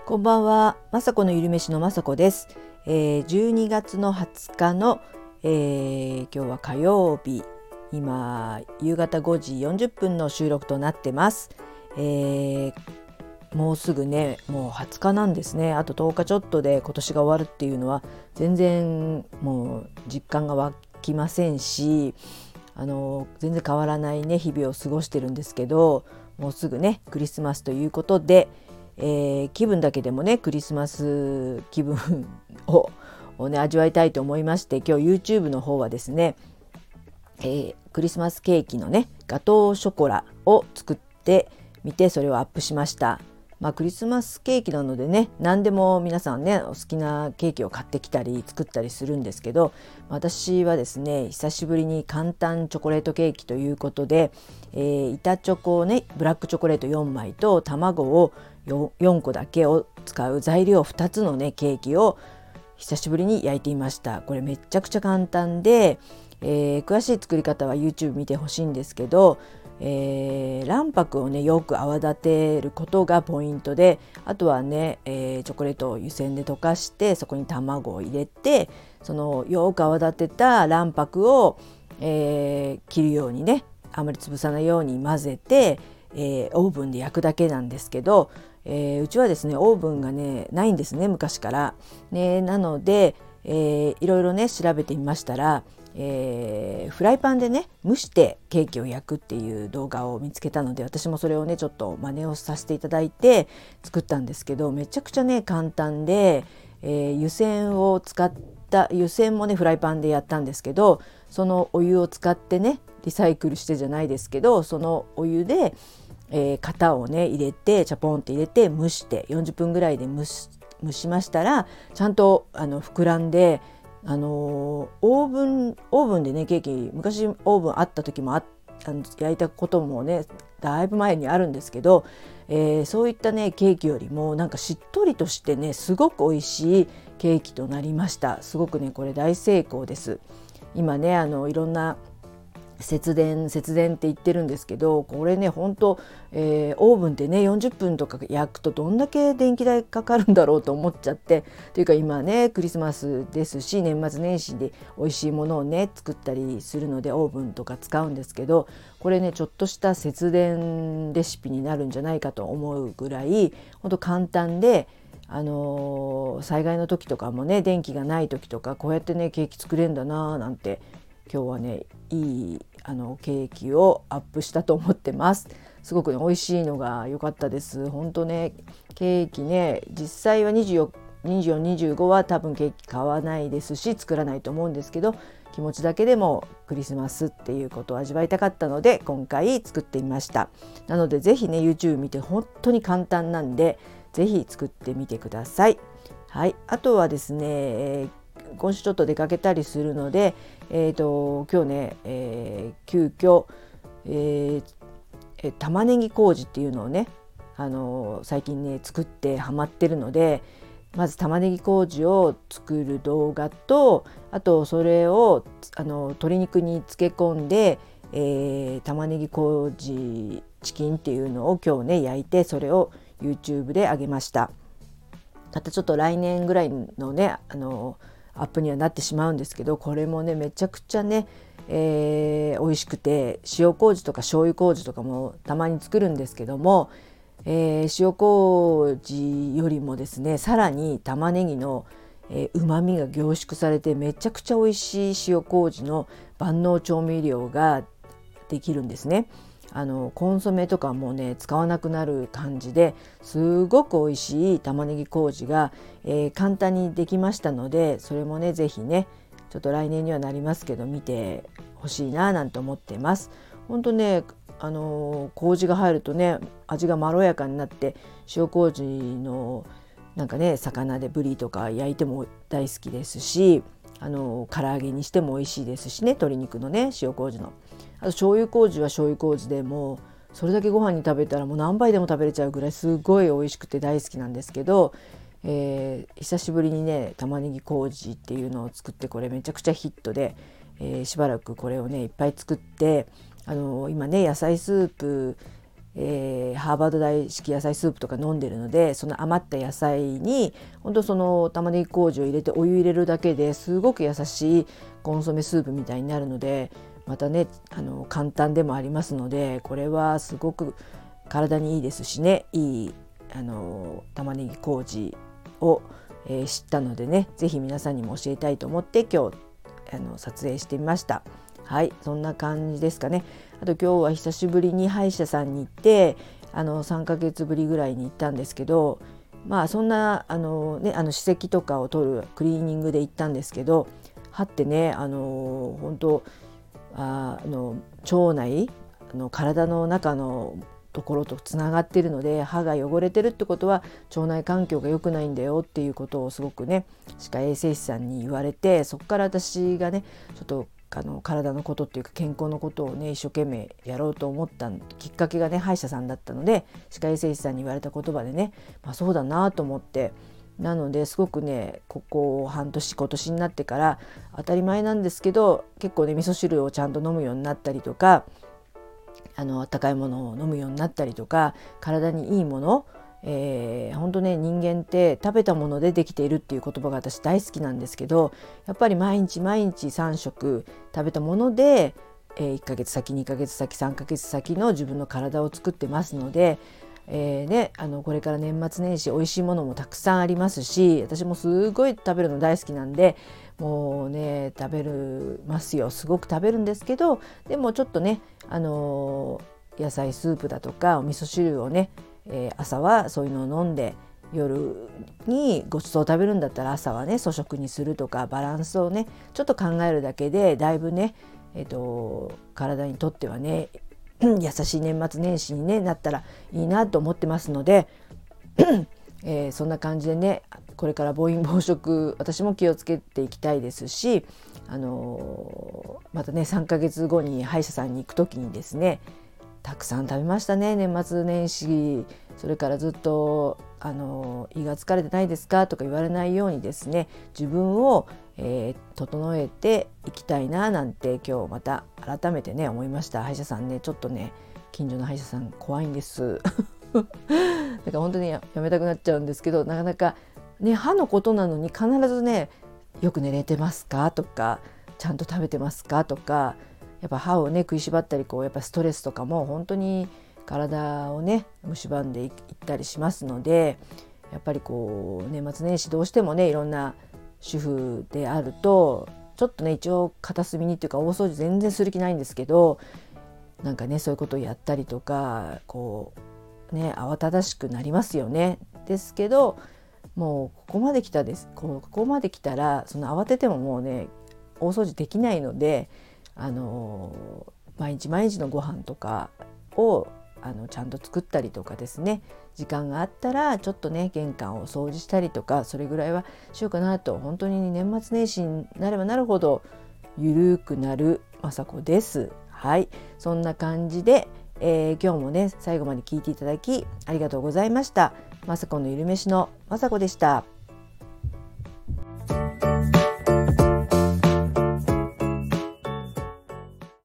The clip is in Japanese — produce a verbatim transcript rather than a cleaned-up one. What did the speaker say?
こんばんは、まさこのゆるめしのまさこです。えー、じゅうにがつのはつかの、えー、今日は火曜日、今夕方ごじよんじゅっぷんの収録となってます。えー、もうすぐね、もうはつかなんですね。あととおかちょっとで今年が終わるっていうのは全然もう実感が湧きませんし、あの全然変わらないね日々を過ごしてるんですけど、もうすぐねクリスマスということで、えー、気分だけでもねクリスマス気分をを、ね、味わいたいと思いまして、今日 YouTube の方はですね、えー、クリスマスケーキのねガトーショコラを作ってみて、それをアップしました。まあ、クリスマスケーキなのでね、何でも皆さんねお好きなケーキを買ってきたり作ったりするんですけど、私はですね久しぶりに簡単チョコレートケーキということで、えー、板チョコをねブラックチョコレートよんまいと卵を よんこだけを使う材料ふたつのねケーキを久しぶりに焼いていました。これめっちゃくちゃ簡単で、えー、詳しい作り方は YouTube 見てほしいんですけど、えー、卵白をねよく泡立てることがポイントで、あとはね、えー、チョコレートを湯煎で溶かしてそこに卵を入れて、そのよく泡立てた卵白を、えー、切るようにね、あまり潰さないように混ぜて、えー、オーブンで焼くだけなんですけど、えー、うちはですねオーブンがねないんですね、昔から、ね、なので、えー、いろいろね調べてみましたら、えー、フライパンでね蒸してケーキを焼くっていう動画を見つけたので、私もそれをねちょっと真似をさせていただいて作ったんですけど、めちゃくちゃね簡単で、えー、湯煎を使った湯煎もねフライパンでやったんですけど、そのお湯を使ってねリサイクルしてじゃないですけど、そのお湯で、えー、型をね入れてチャポンって入れて蒸してよんじゅっぷんぐらいで蒸し、蒸しましたらちゃんとあの膨らんで、あのオーブンオーブンでねケーキ、昔オーブンあった時もああの焼いたこともねだいぶ前にあるんですけど、えー、そういったねケーキよりもなんかしっとりとしてねすごく美味しいケーキとなりました。すごくねこれ大成功です。今ねあのいろんな節電節電って言ってるんですけど、これね本当、えー、オーブンでねよんじゅっぷんとか焼くとどんだけ電気代かかるんだろうと思っちゃって、というか今ねクリスマスですし年末年始で美味しいものをね作ったりするのでオーブンとか使うんですけど、これねちょっとした節電レシピになるんじゃないかと思うぐらい本当簡単で、あのー、災害の時とかもね電気がない時とかこうやってねケーキ作れるんだななんて、今日はねいいあのケーキをアップしたと思ってます。すごくね美味しいのが良かったです。本当ねケーキね実際はにじゅうよん、にじゅうよん、にじゅうごは多分ケーキ買わないですし作らないと思うんですけど、気持ちだけでもクリスマスっていうことを味わいたかったので今回作ってみました。なのでぜひね YouTube 見て本当に簡単なんでぜひ作ってみてください。はい、あとはですね、えー今週ちょっと出かけたりするので、えーと、今日ね、えー、急遽、えー、玉ねぎ麹っていうのをね、あの最近ね作ってハマってるので、まず玉ねぎ麹を作る動画と、あとそれをあの鶏肉に漬け込んで、えー、玉ねぎ麹チキンっていうのを今日ね焼いて、それを YouTube で上げました。またちょっと来年ぐらいのねあのアップにはなってしまうんですけど、これもねめちゃくちゃね、えー、美味しくて、塩麹とか醤油麹とかもたまに作るんですけども、えー、塩麹よりもですねさらに玉ねぎのうまみが凝縮されてめちゃくちゃ美味しい塩麹の万能調味料ができるんですね。あのコンソメとかもね使わなくなる感じですごく美味しい玉ねぎ麹が、えー、簡単にできましたので、それもねぜひねちょっと来年にはなりますけど見てほしいななんて思っています。本当ねあの麹が入るとね味がまろやかになって、塩麹のなんかね魚でブリとか焼いても大好きですし、あの唐揚げにしても美味しいですしね、鶏肉のね塩麹の、あと醤油麹は醤油麹でもうそれだけご飯に食べたらもう何杯でも食べれちゃうぐらいすごい美味しくて大好きなんですけど、えー、久しぶりにね玉ねぎ麹っていうのを作って、これめちゃくちゃヒットで、えー、しばらくこれをねいっぱい作って、あの今ね野菜スープえー、ハーバード大式野菜スープとか飲んでるので、その余った野菜に本当その玉ねぎ麹を入れてお湯入れるだけですごく優しいコンソメスープみたいになるので、またねあの簡単でもありますので、これはすごく体にいいですしね、いいあの玉ねぎ麹を、えー、知ったのでね、ぜひ皆さんにも教えたいと思って今日あの撮影してみました。はい、そんな感じですかね。あと今日は久しぶりに歯医者さんに行って、あのさんかげつぶりぐらいに行ったんですけど、まあそんなあのねあの歯石とかを取るクリーニングで行ったんですけど、歯ってねあの本当ああの腸内あの体の中のところとつながっているので、歯が汚れてるってことは腸内環境が良くないんだよっていうことをすごくね歯科衛生士さんに言われて、そこから私がねちょっとあの体のことっていうか健康のことをね一生懸命やろうと思ったきっかけがね歯医者さんだったので、歯科衛生士さんに言われた言葉でね、まあ、そうだなと思って、なのですごくねここ半年今年になってから当たり前なんですけど、結構ね味噌汁をちゃんと飲むようになったりとか、あの温かいものを飲むようになったりとか、体にいいもの、えー、本当ね人間って食べたものでできているっていう言葉が私大好きなんですけど、やっぱり毎日毎日さん食食べたもので、えー、いっかげつ先にかげつ先さんかげつ先の自分の体を作ってますので、えーね、あのこれから年末年始美味しいものもたくさんありますし、私もすごい食べるの大好きなんで、もうね食べるますよ、すごく食べるんですけど、でもちょっとねあのー、野菜スープだとかお味噌汁をね、えー、朝はそういうのを飲んで、夜にごちそう食べるんだったら朝はね粗食にするとか、バランスをねちょっと考えるだけでだいぶね、えーと、体にとってはね優しい年末年始に、ね、なったらいいなと思ってますので、えー、そんな感じでねこれから暴飲暴食私も気をつけていきたいですし、あのー、またねさんかげつごに歯医者さんに行く時にですね、たくさん食べましたね年末年始。それからずっと、あのー、胃が疲れてないですかとか言われないようにですね、自分を、えー、整えていきたいななんて今日また改めてね思いました。歯医者さんねちょっとね近所の歯医者さん怖いんですだから本当に や, やめたくなっちゃうんですけど、なかなかね歯のことなのに必ずねよく寝れてますかとか、ちゃんと食べてますかとか、やっぱ歯をね食いしばったりこうやっぱストレスとかも本当に体をね蝕んでいったりしますので、やっぱりこう年末年始どうしてもねいろんな主婦であるとちょっとね一応片隅にっていうか大掃除全然する気ないんですけど、なんかねそういうことをやったりとかこうね慌ただしくなりますよね。ですけどもうここまで来たですここまで来たらその慌ててももうね大掃除できないので、あの毎日毎日のご飯とかをあのちゃんと作ったりとかですね、時間があったらちょっとね玄関を掃除したりとか、それぐらいはしようかなと。本当に年末年始になればなるほどゆるくなるまさこです。はい、そんな感じで、えー、今日もね最後まで聞いていただきありがとうございました。まさこのゆるめしのまさこでした。